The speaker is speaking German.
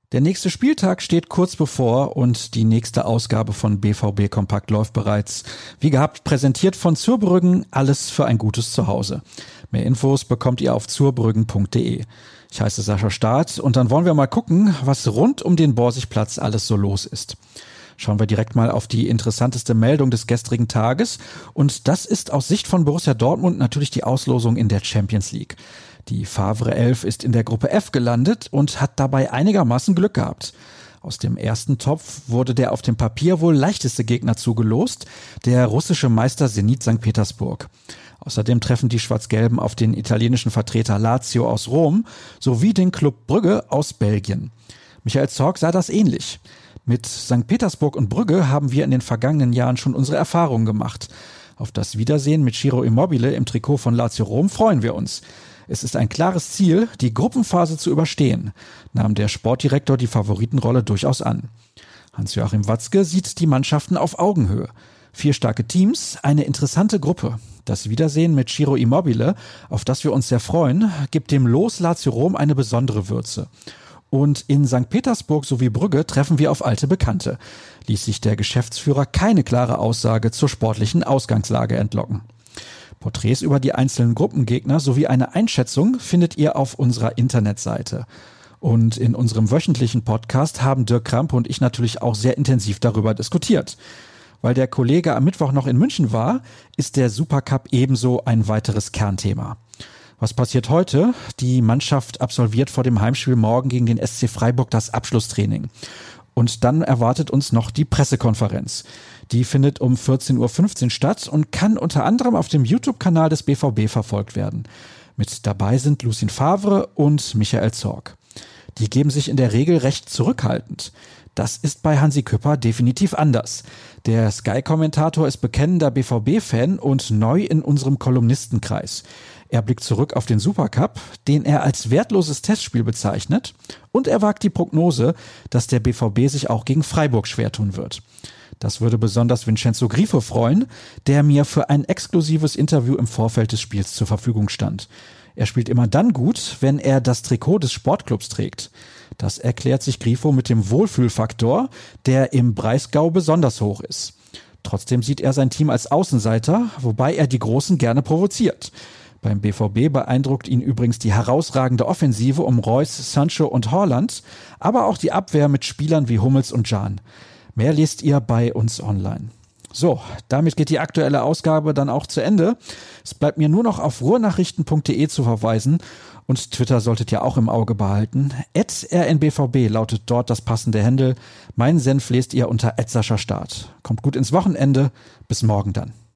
Der nächste Spieltag steht kurz bevor und die nächste Ausgabe von BVB Kompakt läuft bereits. Wie gehabt, präsentiert von Zurbrüggen, alles für ein gutes Zuhause. Mehr Infos bekommt ihr auf zurbrüggen.de. Ich heiße Sascha Staat und dann wollen wir mal gucken, was rund um den Borsigplatz alles so los ist. Schauen wir direkt mal auf die interessanteste Meldung des gestrigen Tages und das ist aus Sicht von Borussia Dortmund natürlich die Auslosung in der Champions League. Die Favre 11 ist in der Gruppe F gelandet und hat dabei einigermaßen Glück gehabt. Aus dem ersten Topf wurde der auf dem Papier wohl leichteste Gegner zugelost, der russische Meister Zenit St. Petersburg. Außerdem treffen die Schwarz-Gelben auf den italienischen Vertreter Lazio aus Rom sowie den Club Brügge aus Belgien. Michael Zorc sah das ähnlich. Mit St. Petersburg und Brügge haben wir in den vergangenen Jahren schon unsere Erfahrungen gemacht. Auf das Wiedersehen mit Ciro Immobile im Trikot von Lazio Rom freuen wir uns. Es ist ein klares Ziel, die Gruppenphase zu überstehen, nahm der Sportdirektor die Favoritenrolle durchaus an. Hans-Joachim Watzke sieht die Mannschaften auf Augenhöhe. 4 starke Teams, eine interessante Gruppe. Das Wiedersehen mit Ciro Immobile, auf das wir uns sehr freuen, gibt dem Los Lazio Rom eine besondere Würze. Und in St. Petersburg sowie Brügge treffen wir auf alte Bekannte, ließ sich der Geschäftsführer keine klare Aussage zur sportlichen Ausgangslage entlocken. Porträts über die einzelnen Gruppengegner sowie eine Einschätzung findet ihr auf unserer Internetseite. Und in unserem wöchentlichen Podcast haben Dirk Krampe und ich natürlich auch sehr intensiv darüber diskutiert. Weil der Kollege am Mittwoch noch in München war, ist der Supercup ebenso ein weiteres Kernthema. Was passiert heute? Die Mannschaft absolviert vor dem Heimspiel morgen gegen den SC Freiburg das Abschlusstraining. Und dann erwartet uns noch die Pressekonferenz. Die findet um 14.15 Uhr statt und kann unter anderem auf dem YouTube-Kanal des BVB verfolgt werden. Mit dabei sind Lucien Favre und Michael Zorc. Die geben sich in der Regel recht zurückhaltend. Das ist bei Hansi Küpper definitiv anders. Der Sky-Kommentator ist bekennender BVB-Fan und neu in unserem Kolumnistenkreis. Er blickt zurück auf den Supercup, den er als wertloses Testspiel bezeichnet, und er wagt die Prognose, dass der BVB sich auch gegen Freiburg schwer tun wird. Das würde besonders Vincenzo Grifo freuen, der mir für ein exklusives Interview im Vorfeld des Spiels zur Verfügung stand. Er spielt immer dann gut, wenn er das Trikot des Sportclubs trägt. Das erklärt sich Grifo mit dem Wohlfühlfaktor, der im Breisgau besonders hoch ist. Trotzdem sieht er sein Team als Außenseiter, wobei er die Großen gerne provoziert. Beim BVB beeindruckt ihn übrigens die herausragende Offensive um Reus, Sancho und Haaland, aber auch die Abwehr mit Spielern wie Hummels und Can. Mehr lest ihr bei uns online. So, damit geht die aktuelle Ausgabe dann auch zu Ende. Es bleibt mir nur noch auf ruhrnachrichten.de zu verweisen und Twitter solltet ihr auch im Auge behalten. @rnbvb lautet dort das passende Handle. Meinen Senf lest ihr unter @sascha Staat. Kommt gut ins Wochenende. Bis morgen dann.